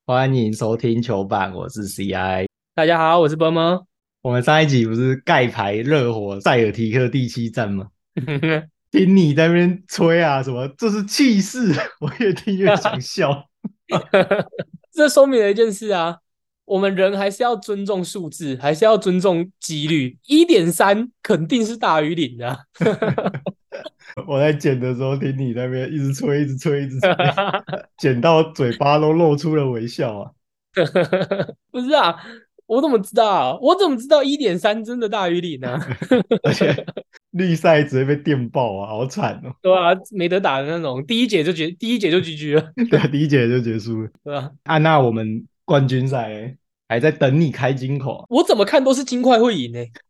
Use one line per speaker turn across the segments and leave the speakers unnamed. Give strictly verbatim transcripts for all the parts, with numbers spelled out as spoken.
欢迎收听球板，我是 C I。
大家好，我是波波。
我们上一集不是盖牌热火塞尔提克第七战吗？听你在那边吹啊，什么这是气势，我越听越想笑。
这说明了一件事啊，我们人还是要尊重数字，还是要尊重几率。一点三肯定是大于零的啊。
我在剪的时候听你在那边一直吹，一直吹，一直吹，剪到嘴巴都露出了微笑啊！
不是啊，我怎么知道啊？我怎么知道一点三真的大于零呢？
而且绿赛直接被电爆啊，好惨哦！
对吧、啊？没得打的那种，第一节就结，第一节就 G G 了，
对啊，第一节就结束了。
对吧、
啊，那我们冠军赛还在等你开金口啊。
我怎么看都是金块会赢呢、欸。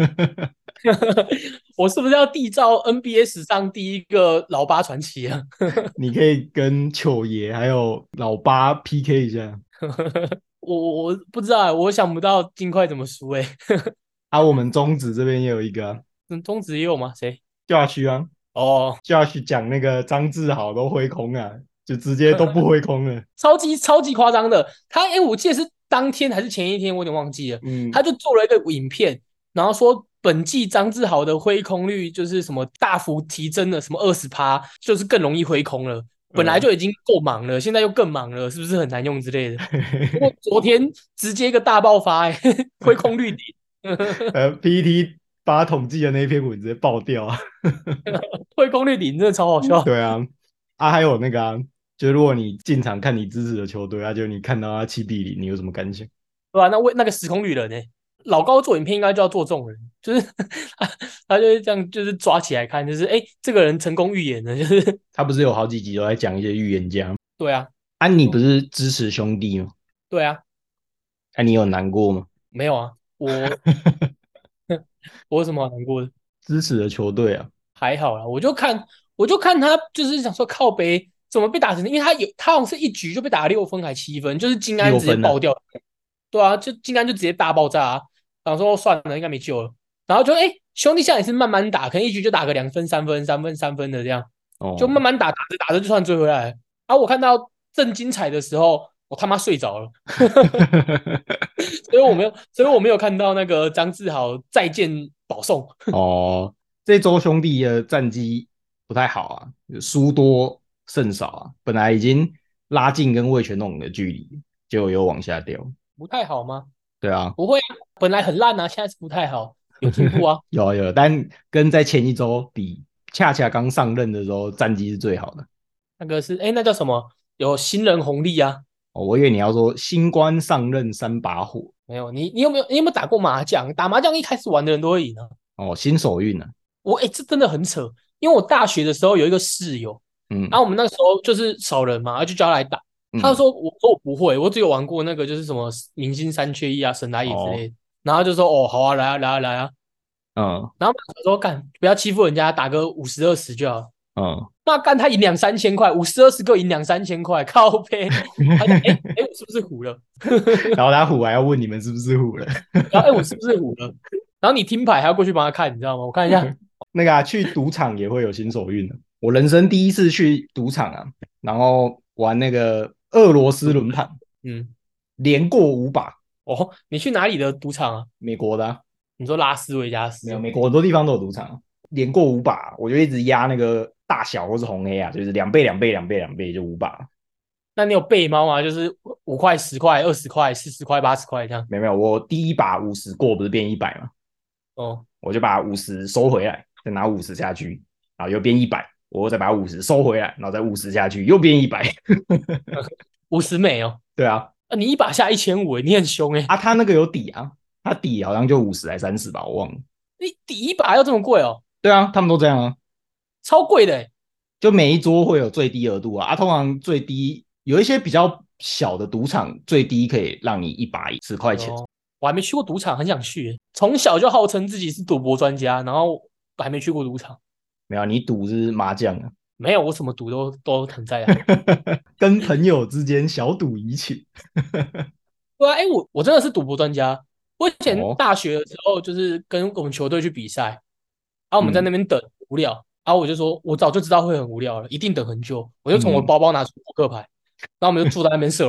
我是不是要缔造 N B A 史上第一个老八传奇啊？
你可以跟糗爷还有老八 P K 一下。
我我不知道欸，我想不到金块怎么输诶、欸。
啊，我们中职这边也有一个啊
嗯，中职也有吗？谁？
教区啊，
哦，
教区讲那个张志豪都挥空啊，就直接都不挥空了。
超级超级夸张的。他哎、欸，我记得是当天还是前一天，我有点忘记了。
嗯，
他就做了一个影片，然后说本季张志豪的挥空率就是什么大幅提升了，什么二十趴，就是更容易挥空了。本来
呃，
就已经够忙了，现在又更忙了，是不是很难用之类的？不过昨天直接一个大爆发、欸，哎，挥空率顶。
呃，P T 把他统计的那篇文直接爆掉啊。
挥空率顶真的超好笑。
对啊，啊，还有那个啊，就如果你进场看你支持的球队啊，就你看到他七比零，你有什么感想？
对吧、啊那为那个时空旅人呢、欸老高做影片应该就要做这种人，就是他他就是这样，就是抓起来看，就是哎、欸这个人成功预言了，就是
他不是有好几集都在讲一些预言家？
对啊，
啊，你不
哦
是支持兄弟吗？
对啊，
啊，你有难过吗？
没有啊，我我有什么好难过的？
支持的球队啊，
还好啦，我就看我就看他就是想说靠背怎么被打成，因为他有他好像是一局就被打六分还七分，就是金安直接
六分啊，
爆掉，对啊，就金安就直接大爆炸啊，然后说算了，应该没救了，然后就哎、欸兄弟现在也是慢慢打，可能一局就打个两分三分三分三分的这样，就
哦，
慢慢打打着打着就算追回来了，啊，我看到正精彩的时候，我他妈睡着了，所以我没有所以我没有看到那个张志豪再见保送，
哦，这周兄弟的战绩不太好啊，输多胜少啊，本来已经拉近跟魏全龙的距离，结果又往下掉。
不太好吗？
对啊，
不会啊，本来很烂啊，现在是不太好，有进步啊。
有啊有啊，但跟在前一周比，恰恰刚上任的时候战绩是最好的。
那个是哎，那叫什么？有新人红利啊？
哦，我以为你要说新官上任三把火。
没有，你你有没有你有没有打过麻将？打麻将一开始玩的人都会赢啊。
哦，新手运啊，
我哎，这真的很扯，因为我大学的时候有一个室友，然
嗯
后我们那时候就是少人嘛，就叫他来打。他就
嗯，
说我说我不会，我只有玩过那个就是什么明星三缺一啊、神来也之
哦，
类的。然后就说哦好啊，来啊来啊来啊。
嗯
然后我说干不要欺负人家，打个五十二十就好。
嗯，
那干他赢两三千块，五十二十个赢两三千块，靠背。他就哎哎，我是不是胡了？
然后他虎还要问你们是不是虎了。
然后哎，我是不是胡了？然后你听牌还要过去帮他看，你知道吗？我看一下，
那个啊，去赌场也会有新手运的。我人生第一次去赌场啊，然后玩那个俄罗斯轮盘，
嗯，
连过五把，
哦，你去哪里的赌场啊？
美国的啊，
你说拉斯维加
没有，
斯哦？
美国很多地方都有赌场啊，连过五把，我就一直压那个大小或是红黑啊，就是两倍、两倍、两倍、两倍就五把。
那你有背猫吗？就是五块、十块、二十块、四十块、八十块这样。
没有没有，我第一把五十过不是变一百嘛，
哦，
我就把五十收回来，再拿五十下去，然后又变一百，我又再把五十收回来，然后再五十下去，又变一百。
五十美哦。
对啊，
啊，你一把下一千五，你很凶哎。
啊，他那个有底啊，他底好像就五十还三十吧，我忘了。
你抵一把要这么贵哦？
对啊，他们都这样啊，
超贵的哎。
就每一桌会有最低额度啊，啊，通常最低有一些比较小的赌场，最低可以让你一把十块钱。
哦，我还没去过赌场，很想去欸。从小就号称自己是赌博专家，然后还没去过赌场。
没有，你赌是麻将啊，
没有，我什么赌都都很在行。
跟朋友之间小赌怡情。
对啊，哎，我我真的是赌博专家。我以前
哦，
大学的时候，就是跟我们球队去比赛，然后我们在
嗯
那边等无聊，然后我就说，我早就知道会很无聊了，一定等很久，我就从我的
嗯，
包包拿出扑克牌，然后我们就坐在那边射龙门。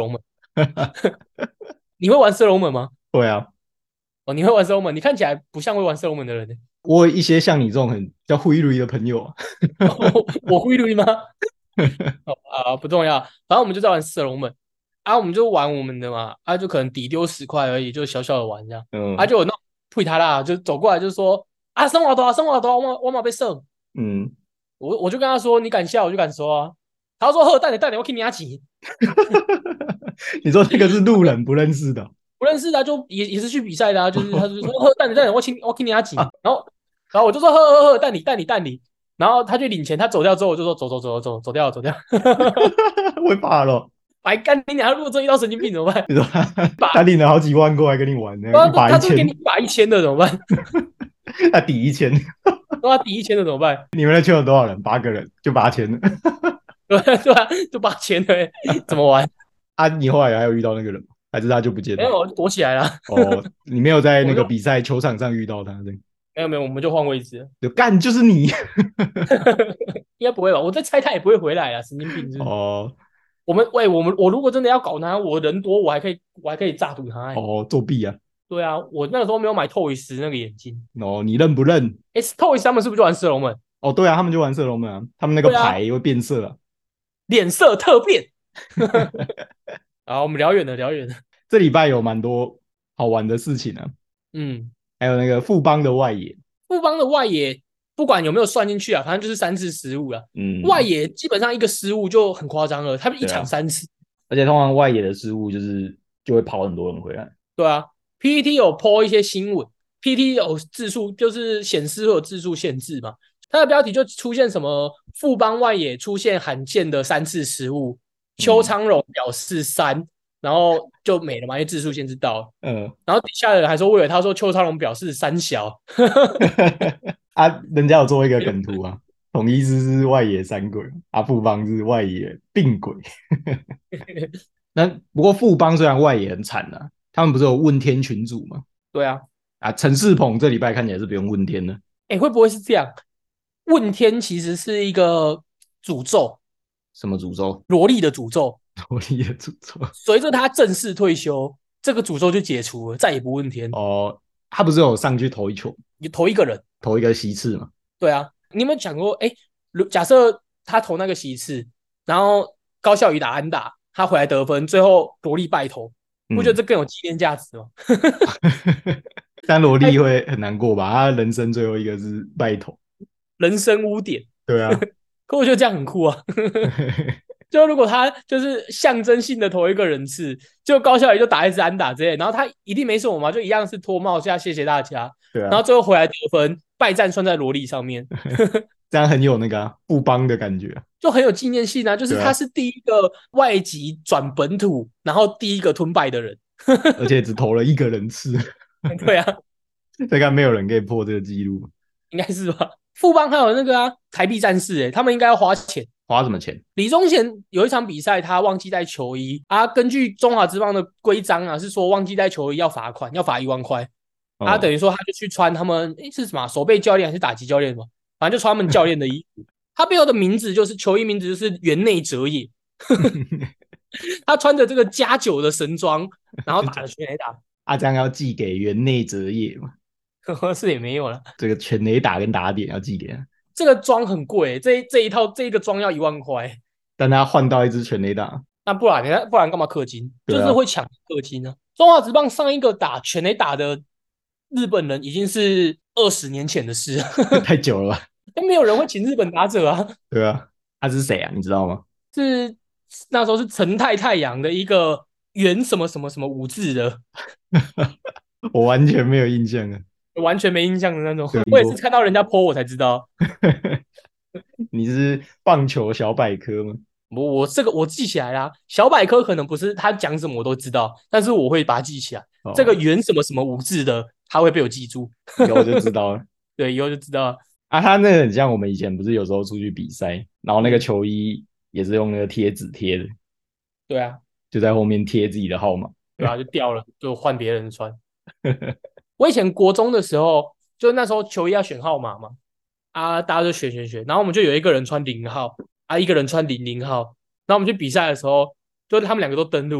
你会玩射龙门吗？
对啊，
哦，你会玩射龙门，你看起来不像会玩射龙门的人呢。
我有一些像你这种很叫灰驴的朋友啊。
哦，我会绿吗？哦啊，不重要，反正我们就在玩射龙门啊，我们就玩我们的嘛，啊，就可能底丢十块而已，就小小的玩这样，啊，
嗯
就有那种推他啦，就走过来就说啊，生瓦多啊，生瓦多啊，我我马被射，
嗯，
我我就跟他说，你敢下我就敢说啊，他说呵，带你带你，我给你压钱，
你说这个是路人不认识的。
不认识的、啊、就也也是去比赛的啊，就是他就说呵，带你带你，我请我给你压钱，然后然后我就说呵呵呵，带你带你带你，然后他就领钱，他走掉之后我就说走走走走走掉走掉，
会怕咯。
白干你俩，如果真遇到神经病怎么办？
你说他他领了好几万过来跟你玩呢，一把
他就给你
一千，
一把一千的怎么办？
他抵一千。
那他抵一千的怎么办？
你们那圈有多少人？八个人就八千了。
对对吧？就八千的，怎么玩？
啊，你后来还有遇到那个人吗？还是他就不见了？
没有，躲起来了。
哦，你没有在那个
我就
比赛球场上遇到他，对，
没有没有，我们就换位置了。
就干就是你。
应该不会吧？我在猜他也不会回来啊，神经病是不是？
哦
我们喂，我们我如果真的要搞他，我人多，我还可以我还可以炸赌他、欸。
哦，作弊啊！
对啊，我那个时候没有买 Toys 那个眼镜。
哦，你认不认？
哎，Toys 他们是不是就玩射龙门？
哦，对啊，他们就玩射龙门啊，他们那个
对啊，
牌会变色啊。
脸色特变。好，我们聊远了，聊远了。
这礼拜有蛮多好玩的事情啊，
嗯，
还有那个富邦的外野。
富邦的外野不管有没有算进去啊，反正就是三次失误了。
嗯，
外野基本上一个失误就很夸张了，他们一场
对啊，
三次。
而且通常外野的失误就是就会跑很多人回来。
对啊，P P T 有 po 一些新闻，P P T 有字数，就是显示会有字数限制嘛。它的标题就出现什么富邦外野出现罕见的三次失误，邱昌荣表示三，然后就没了嘛，因为字数限制到了。
嗯，
然后底下的人还说，我以为他说邱昌荣表示三小。
啊，人家有做一个梗图啊，统一师是外野三鬼，啊，富邦是外野病鬼。那不过富邦虽然外野很惨啊，他们不是有问天群组吗？
对啊，
啊，陈世鹏这礼拜看起来是不用问天了。
哎，会不会是这样？问天其实是一个诅咒，
什么诅咒？
萝莉的诅咒。
萝莉的诅咒。
随着他正式退休，这个诅咒就解除了，再也不问天。
哦，他不是有上去投一球，
你投一个人，
投一个席次嘛？
对啊，你有没有讲过？哎，假设他投那个席次，然后高孝宇打安打，他回来得分，最后萝莉败投，不觉得这更有纪念价值吗？
但萝莉会很难过吧？他人生最后一个是败投，
人生污点。
对啊。
可我觉得这样很酷啊。就如果他就是象征性的投一个人次，就高孝宇就打一支安打之类，然后他一定没什么嘛，就一样是脱帽下谢谢大家，
对啊，
然后最后回来得分，败战算在萝莉上面。
这样很有那个、啊、富邦的感觉、啊，
就很有纪念性啊！就是他是第一个外籍转本土，然后第一个吞败的人，
而且只投了一个人次。
对啊，
大概没有人可以破这个记录，
应该是吧？富邦还有那个啊，台币战士、欸，哎，他们应该要花钱。
花什么钱？
李宗贤有一场比赛，他忘记带球衣啊。根据中华职棒的规章啊，是说忘记带球衣要罚款，要罚一万块。哦、他等于说他就去穿他们诶是什么守备教练还是打击教练嘛？反正就穿他们教练的衣服。他背后的名字就是球衣名字就是原内哲也。他穿着这个加九的神装，然后打了全垒打。
啊，这样要寄给原内哲也嘛？
是也没有了。
这个全垒打跟打点要寄给他。
这个装很贵、欸，这这一套这一个装要一万块，
但他换到一支全垒打，
那不然不然干嘛氪金？
啊、
就是会抢氪金啊！中华职棒上一个打全垒打的日本人已经是二十年前的事了，
太久了吧？
没有人会请日本打者啊。
对啊，他是谁啊？你知道吗？
是那时候是成泰太阳的一个原什么什么什么五字的，
我完全没有印象啊。
完全没印象的那种，我也是看到人家 po 我才知道。
你是棒球小百科吗？
我我这个我记起来啦，小百科可能不是他讲什么我都知道，但是我会把它记起来。哦、这个原什么什么五字的，他会被我记住，
以后就知道了。
对，以后就知道了。
啊，他那个很像我们以前不是有时候出去比赛，然后那个球衣也是用那个贴纸贴的。
对啊，
就在后面贴自己的号码。
对啊，就掉了，就换别人穿。我以前国中的时候，就那时候球衣要选号码嘛，啊，大家就选选选，然后我们就有一个人穿零号，啊，一个人穿零零号，然后我们去比赛的时候，就是他们两个都登录，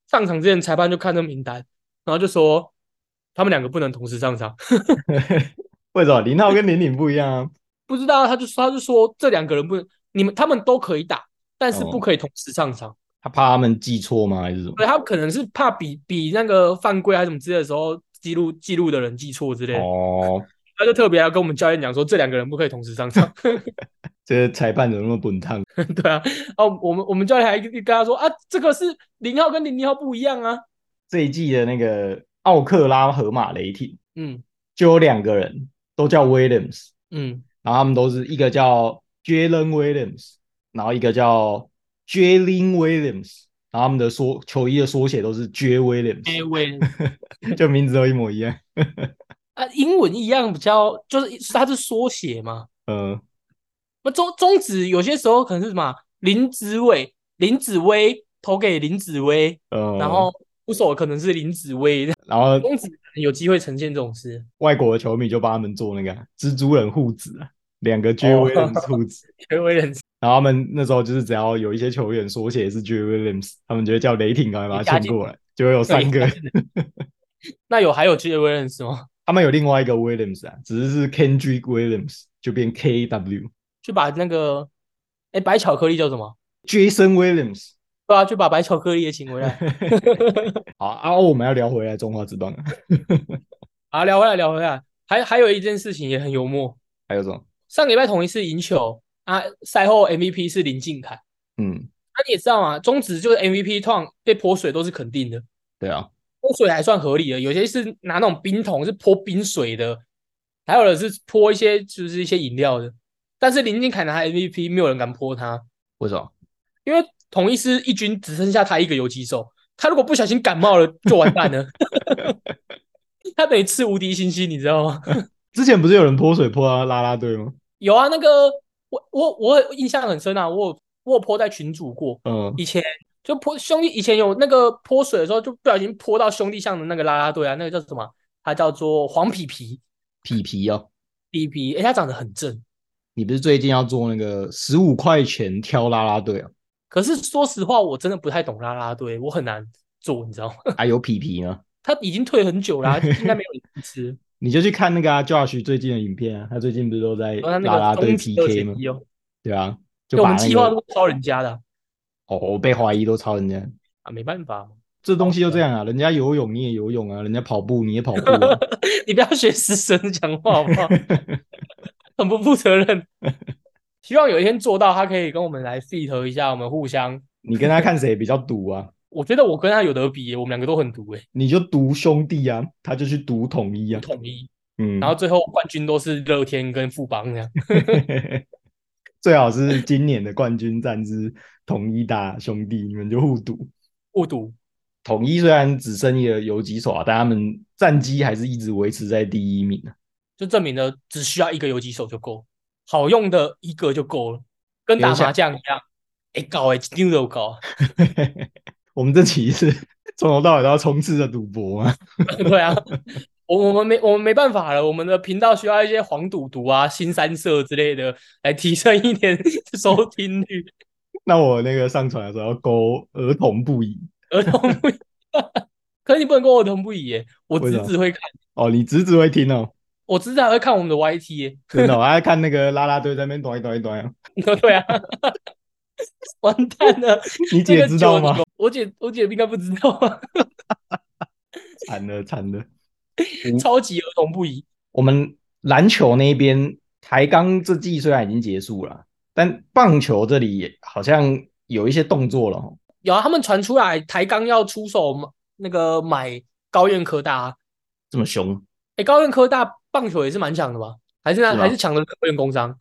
上场之前裁判就看这名单，然后就说他们两个不能同时上场。
为什么零号跟零零不一样啊？
不知道，他就他就说这两个人不能，你们他们都可以打，但是不
哦，
可以同时上场。
他怕他们记错吗？还是什么？
对，他可能是怕比比那个犯规还是什么之类的时候，记录记录的人记错之类的，
哦，
他就特别要跟我们教练讲说，这两个人不可以同时上场。
这个裁判怎么那么笨烫？
对啊，哦，我们我们教练还跟他说啊，这个是零号跟零零号不一样啊。
这一季的那个奥克拉荷马雷霆，
嗯
就有两个人都叫 Williams，
嗯，
然后他们都是一个叫 Jalen Williams，然后一个叫 Jalen Williams，然后他们的缩球衣的缩写都是 J Williams，
哎喂，
就名字都一模一样。
啊，英文一样比较，就是它是缩写嘛。
呃
那中中指有些时候可能是什么林子伟、林子威投给林子威，然
呃，
后出手可能是林子威，
然后
中指有机会呈现这种事。
外国的球迷就帮他们做那个蜘蛛人护指啊，两个 J
哦，
Williams 护指。
因为人
然后他们那时候就是只要有一些球员缩写是 J Williams，他们就会叫雷霆赶快把他
加进，
签过来，就会有三个。
那有还有 J Williams 吗？
他们有另外一个 Williams 啊，只是是 Kendrick Williams 就变 K W。
去把那个哎白巧克力叫什么？
Jason Williams。
对啊，去把白巧克力也请回来。
好啊，我们要聊回来中华职棒。
啊，聊回来聊回来，还还有一件事情也很幽默。
还有什么？
上礼拜统一是赢球啊，赛后 M V P 是林敬凯。
嗯，
那、啊、你也知道嘛，中职就是 M V P 通常被泼水都是肯定的，
对啊，
泼水还算合理的，有些是拿那种冰桶是泼冰水的，还有的是泼一些就是一些饮料的。但是林敬凯拿 M V P， 没有人敢泼他，
为什么？
因为统一师一军只剩下他一个游击手，他如果不小心感冒了就完蛋了。他等于吃无敌星星，你知道吗？
之前不是有人泼水泼到啦啦队吗？
有啊，那个我我我印象很深啊，我有我有泼在群主过，
嗯，
以前就泼兄弟，以前有那个泼水的时候，就不小心泼到兄弟象的那个啦啦队啊，那个叫什么？他叫做黄皮皮
皮皮哦。
皮皮，哎，他长得很正。
你不是最近要做那个十五块钱挑啦啦队啊？
可是说实话，我真的不太懂啦啦队，我很难做，你知道吗？
还、啊、有皮皮呢？
他已经退很久啦、啊，应该没有人吃。
你就去看那个、啊、Josh 最近的影片啊，他最近不是都在啦啦队 P K 吗？
哦、
对啊，就
把、
把、那个、
我们计划都抄人家的、啊。
哦，我被怀疑都抄人家
啊，没办法，
这东西就这样啊，人家游泳你也游泳啊，人家跑步你也跑步啊。
你不要学死神讲话好不好？很不负责任。希望有一天做到，他可以跟我们来 fit 一下，我们互相。
你跟他看谁比较赌啊？
我觉得我跟他有得比，我们两个都很赌诶。
你就赌兄弟啊，他就去赌统一啊，
统一，
嗯，
然后最后冠军都是乐天跟富邦这样。
最好是今年的冠军战是统一打兄弟，你们就互赌。
互赌。
统一虽然只剩一个游击手啊，但他们战绩还是一直维持在第一名啊，
就证明了只需要一个游击手就够，好用的一个就够了，跟打麻将一样。哎，搞哎，丢都搞。
我们这期是从头到尾都要冲刺着赌博吗？
对啊，我我们没我们没办法了，我们的频道需要一些黄赌毒啊、新三色之类的来提升一点收听率。
那我那个上传的时候要勾儿童不宜，
儿童不宜，可是你不能勾儿童不宜耶，我侄子会看。
哦，你侄子会听哦。
我侄子还会看我们的 Y T 耶，
真的、哦，还看那个啦啦队在那边端一端一端啊。
对啊，完蛋了！
你姐知道吗？
我姐我姐应该不知道啊。
惨了惨了，
超级儿童不宜。
我们篮球那边台钢这季虽然已经结束了，但棒球这里好像有一些动作了。
有啊，他们传出来台钢要出手那个买高苑科大、啊，
这么凶？
哎、欸，高苑科大棒球也是蛮强的吧？还是那还是强的高苑工商？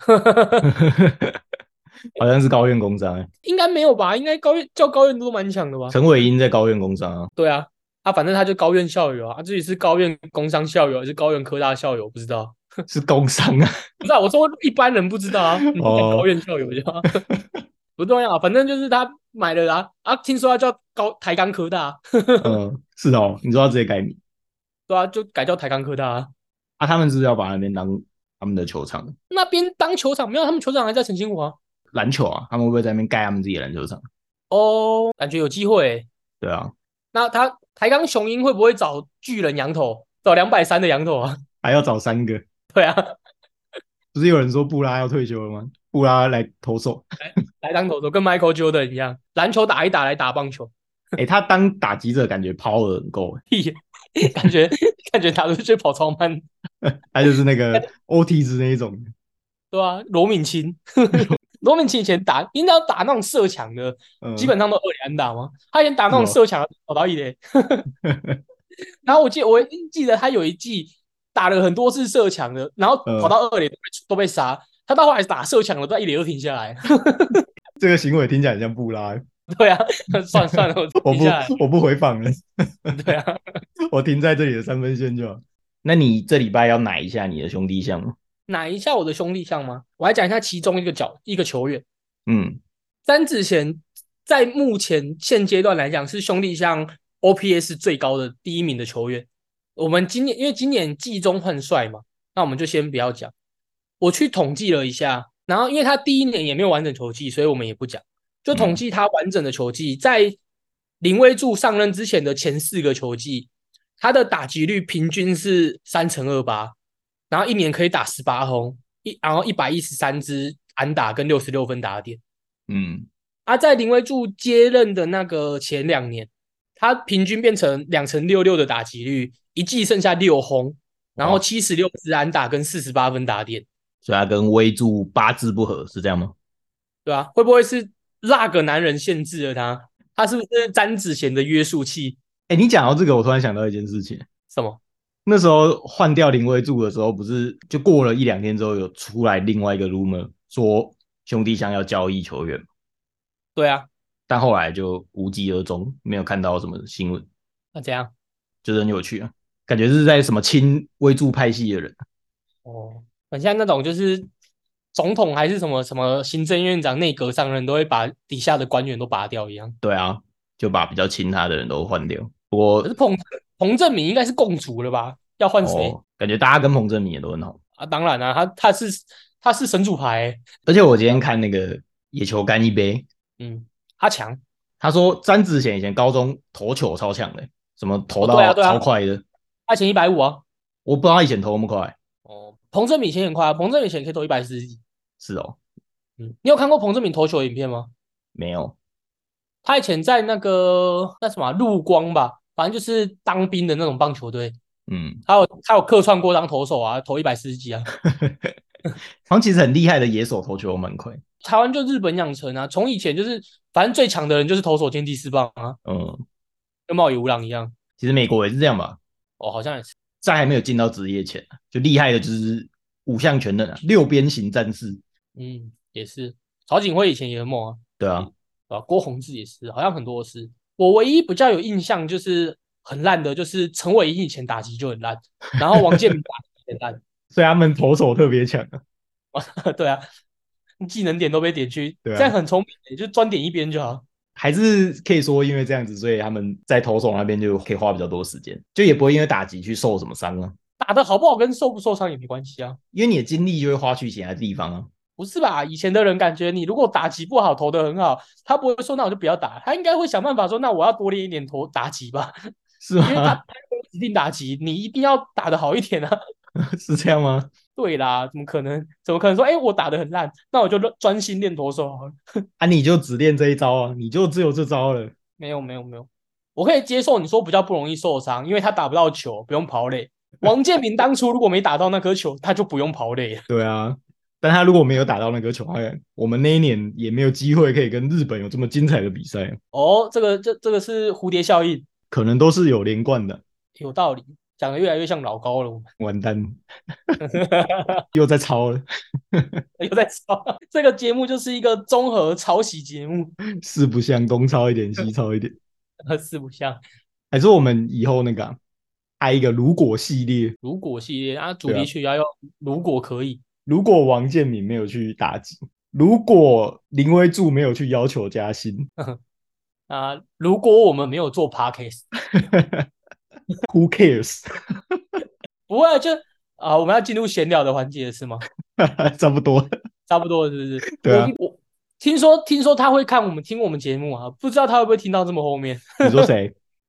好像是高苑工商、欸，
应该没有吧？应该高苑叫高苑都蛮强的吧？
陈伟英在高苑工商啊。
对啊，啊，反正他就高苑校友啊，自己是高苑工商校友，还是高苑科大校友？不知道。
是工商啊？
不知道，我说一般人不知道啊。哦、高苑校友就好。不重要，反正就是他买了啊啊！听说他叫高台钢科大。
嗯，是哦，你说他直接改名？
对啊，就改叫台钢科大啊。
啊，他们是不是要把那边当他们的球场？
那边当球场没有，他们球场还在澄清湖啊。
篮球啊，他们会不会在那边盖他们自己的篮球场？
哦，感觉有机会、欸。
对啊，
那他台钢雄鹰会不会找巨人羊头，找两百三的羊头啊？
还要找三个？
对啊，
不是有人说布拉要退休了吗？布拉来投手，
来来当投手，跟 Michael Jordan 一样，篮球打一打来打棒球。
哎、欸，他当打击者感觉 power 很够，
感觉感觉打出去跑超慢，
他就是那个 O T 值那一种，
对啊，罗敏清，罗敏清以前打，应该要打那种射墙的，嗯、基本上都二连安打嘛。他以前打那种射墙的跑到一垒，然后我记得我记得他有一季打了很多次射墙的，然后跑到二垒都被、嗯、都被杀。他到后来打射墙了，在一垒就停下来。
这个行为听起来很像布拉。
对啊，算了算了，
我不我不回访了。
对啊，
我停在这里的三分线就好。那你这礼拜要奶一下你的兄弟象吗？
奶一下我的兄弟象吗？我来讲一下其中一个角一个球员。
嗯，
詹子贤在目前现阶段来讲是兄弟象 O P S 最高的第一名的球员。我们今年因为今年季中换帅嘛，那我们就先不要讲。我去统计了一下，然后因为他第一年也没有完整球季，所以我们也不讲。就统计他完整的球季，嗯、在林威助上任之前的前四个球季，他的打击率平均是三乘二八，然后一年可以打十八轰，一然后一百一十三支安打跟六十六分打点。
嗯，
啊，在林威助接任的那个前两年，他平均变成两乘六六的打击率，一季剩下六轰，然后七十六支安打跟四十八分打点。
所以他跟威助八字不合，是这样吗？
对啊，会不会是那个男人限制了他？他是不是詹子贤的约束器？
哎、欸，你讲到这个，我突然想到一件事情。
什么？
那时候换掉林威助的时候，不是就过了一两天之后，有出来另外一个 rumor 说兄弟象要交易球员。
对啊，
但后来就无疾而终，没有看到什么新闻。
那怎样？
就是很有趣啊，感觉是在什么亲威助派系的人。
哦，很像那种就是总统还是什么什么行政院长内阁上任都会把底下的官员都拔掉一样。
对啊，就把比较亲他的人都换掉。不过，
可是彭彭正明应该是共主了吧？要换谁、
哦？感觉大家跟彭正明也都很好
啊。当然啊，他他是他是神主牌、欸，
而且我今天看那个野球干一杯，
嗯，他强。
他说詹子贤以前高中投球超强的，什么投到超快的，
他以前一百五啊。
我不知道他以前投那么快。
哦，彭正明以前很快、啊，彭正明以前可以投一百四十几。
是哦，
嗯，你有看过彭正明投球的影片吗？
没有。
他以前在那个那什么陆光吧，反正就是当兵的那种棒球队。
嗯，
他有他有客串过当投手啊，投一百四十几啊。
好像其实很厉害的野手投球蛮快。
台湾就日本养成啊，从以前就是反正最强的人就是投手兼第四棒啊，
嗯，
跟茂野无郎一样。
其实美国也是这样吧？
哦，好像也是。
在还没有进到职业前，就厉害的就是五项全能啊，六边形战士。
嗯，也是。曹景辉以前也很猛啊。
对啊，
啊，郭泓志也是，好像很多是。我唯一比较有印象就是很烂的，就是陈伟英以前打击就很烂，然后王建民打击也很烂，
所以他们投手特别强
啊。对啊，技能点都被点去，
对啊，
这样很聪明，就专点一边就好。
还是可以说因为这样子，所以他们在投手那边就可以花比较多时间，就也不会因为打击去受什么伤啊。
打得好不好跟受不受伤也没关系啊，
因为你的精力就会花去其他地方啊。
不是吧？以前的人感觉你如果打击不好，投得很好，他不会说那我就不要打，他应该会想办法说那我要多练一点投打击吧。
是吗？
因为他他指定打击，你一定要打得好一点啊。
是这样吗？
对啦，怎么可能？怎么可能说，哎、欸，我打得很烂，那我就专心练投手好了。
啊，你就只练这一招啊，你就只有这招了。
没有没有没有，我可以接受你说比较不容易受伤，因为他打不到球，不用跑垒。王建民当初如果没打到那颗球，他就不用跑垒了。
对啊，但他如果没有打到那颗球，我们那一年也没有机会可以跟日本有这么精彩的比赛。
哦，这个这这个是蝴蝶效应，
可能都是有连贯的。
有道理，讲的越来越像老高了。我们
完蛋，又在抄了，
又在抄。这个节目就是一个综合抄袭节目，
四不像，东抄一点，西抄一点，
四不像。
还是我们以后那个、啊、开一个如果系列，
如果系列啊，主题曲要用如果可以，
如果王建民没有去打击，如果林威助没有去要求加薪
啊，如果我们没有做 podcast
Who cares
不会就啊，我们要进入闲聊的环节是吗？
差不多
差不多是不是？
对啊，
我我听说听说他会看我们听我们节目啊，不知道他会不会听到这么后面？
你说谁？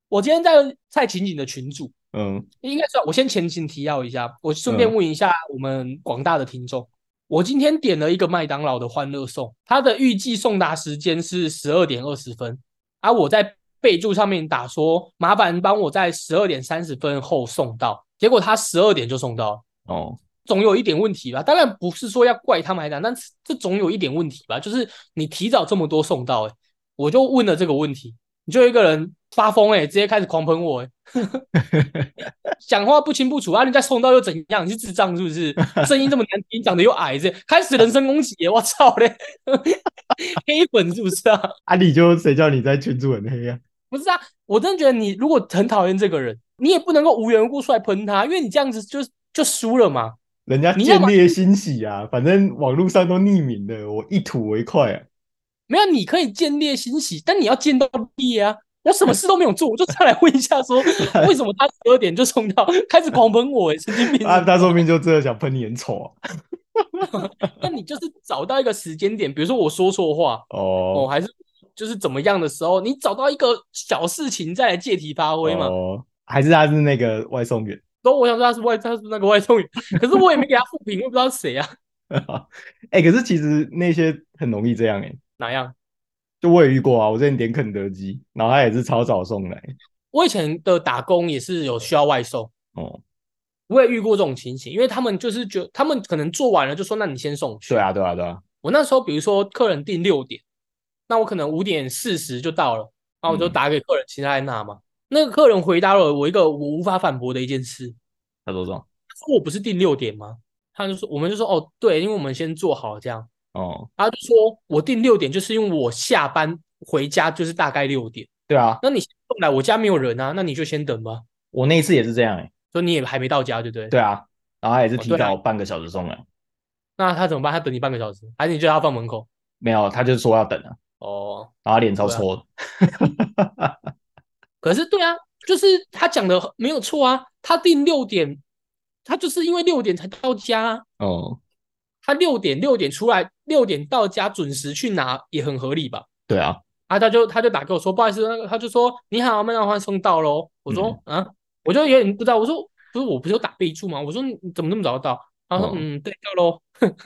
我今天在蔡琴锦的群组，
嗯，
应该算我先前情提要一下，我顺便问一下我们广大的听众。我今天点了一个麦当劳的欢乐颂，它的预计送达时间是十二点二十分，而、啊、我在备注上面打说，麻烦帮我在十二点三十分后送到，结果他十二点就送到了。
哦，
总有一点问题吧？当然不是说要怪他们来讲，但这总有一点问题吧？就是你提早这么多送到、欸，我就问了这个问题，你就一个人发疯哎、欸，直接开始狂喷我哎、欸，讲话不清不楚啊！人家送到又怎样？你是智障是不是？声音这么难听，长得又矮，这开始人身攻击、欸，我操嘞！黑粉是不是啊？
啊，你就谁叫你在群组很黑啊？
不是啊，我真的觉得你如果很讨厌这个人，你也不能够无缘无故出来喷他，因为你这样子就就输了嘛。
人家见猎欣喜啊，反正网络上都匿名的，我一吐为快啊。
没有，你可以见猎欣喜，但你要见到猎啊！我什么事都没有做，我就上来问一下说，为什么他十二点就送到，开始狂喷我、欸？神经病！
啊，他说明就真的想喷你很丑啊。
那你就是找到一个时间点，比如说我说错话
哦
哦，还是就是怎么样的时候，你找到一个小事情再来借题发挥嘛？
哦，还是他是那个外送员？
所以我想说他是外，他是那个外送员，可是我也没给他复评，我也不知道是谁啊。
哎、欸，可是其实那些很容易这样哎、欸。
哪样？
就我也遇过啊，我之前点肯德基，然后他也是超早送来。
我以前的打工也是有需要外送，
哦，
我也遇过这种情形，因为他们就是觉得他们可能做完了就说，那你先送去。
对啊，对啊，对啊。
我那时候比如说客人订六点，那我可能五点四十就到了，然后我就打给客人，请他来拿嘛。嗯、那个客人回答了我一个我无法反驳的一件事，
他说什么？
他说我不是订六点吗？他就说我们就说哦对，因为我们先做好这样。
哦，
他就说我订六点就是因为我下班回家就是大概六点。
对啊，
那你先送来，我家没有人啊，那你就先等吧。
我那一次也是这样哎、欸。
所以你也还没到家，对不对？
对啊，然后他也是提
哦啊、
早半个小时送来。
那他怎么办？他等你半个小时，还是你叫他放门口？
没有，他就说要等啊。
哦，
然后他脸超臭的。
啊、可是对啊，就是他讲的没有错啊。他定六点，他就是因为六点才到家、啊。
哦，
他六点六点出来，六点到家准时去拿也很合理吧？
对啊。
啊，他就他就打给我说，不好意思，那个他就说你好，麦当劳送到喽。我说、嗯、啊，我就有点不知道，我说不是我不是有打备注吗？我说你怎么那么早到？他说、哦、嗯，对，到喽。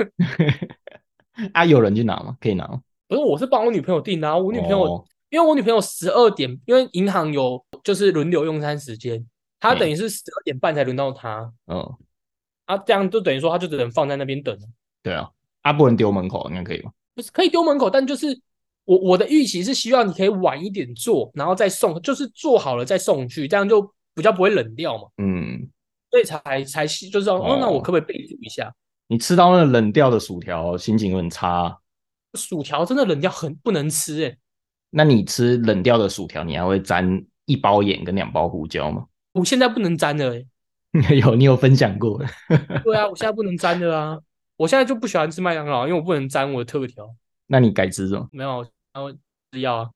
啊，有人去拿吗？可以拿吗？
不是，我是帮我女朋友订的、啊，我女朋友、哦、因为我女朋友十二点，因为银行有就是轮流用餐时间，她等于是十二点半才轮到她。
嗯，
啊，这样就等于说她就只能放在那边等。
对啊，啊不能丢门口，应该可以吧？
不是可以丢门口，但就是我我的预期是希望你可以晚一点做，然后再送，就是做好了再送去，这样就比较不会冷掉嘛。
嗯，
所以才才就是说，哦，那我可不可以备注一下？
你吃到那冷掉的薯条，心情会很差、啊。
薯条真的冷掉很不能吃哎、欸。
那你吃冷掉的薯条，你还会沾一包盐跟两包胡椒吗？
我现在不能沾了哎、
欸。有，你有分享过。
对啊，我现在不能沾了啊。我现在就不喜欢吃麦当劳，因为我不能沾我的特调。
那你改吃什么？
没有，然后吃药啊。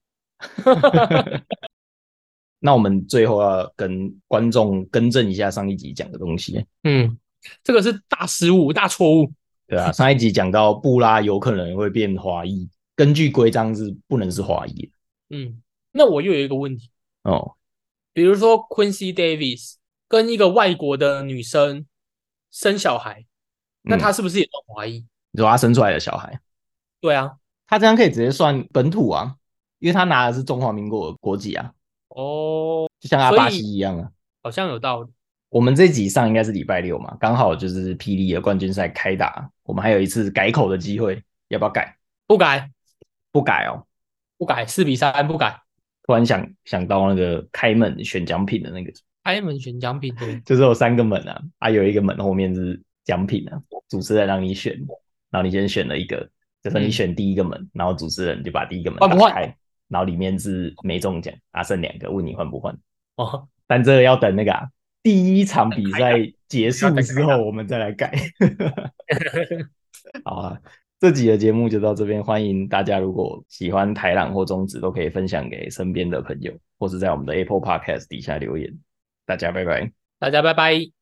那我们最后要跟观众更正一下上一集讲的东西。
嗯，这个是大失误、大错误。
对啊，上一集讲到布拉有可能会变华裔，根据规章是不能是华裔的。
嗯，那我又有一个问题
哦，
比如说 Quincy Davis 跟一个外国的女生生小孩，那他是不是也算华裔？
你说他生出来的小孩？
对啊，
他这样可以直接算本土啊，因为他拿的是中华民国的国籍啊。
哦，
就像阿巴西一样啊，
好像有道理。
我们这集上应该是礼拜六嘛，刚好就是霹雳的冠军赛开打，我们还有一次改口的机会，要不要改？
不改，
不改哦，
不改，四比三不改。
突然想想到那个开门选奖品的那个，
开门选奖品对，
就是有三个门啊，啊有一个门后面是奖品啊，主持人让你选，然后你先选了一个，就是你选第一个门，嗯、然后主持人就把第一个门打开，换换然后里面是没中奖，啊剩两个，问你换不换？哦，但这个要等那个、啊、第一场比赛结束之后我们再来改。好啊，这集的节目就到这边，欢迎大家如果喜欢台朗或中职都可以分享给身边的朋友，或是在我们的 Apple Podcast 底下留言。大家拜拜，
大家拜拜。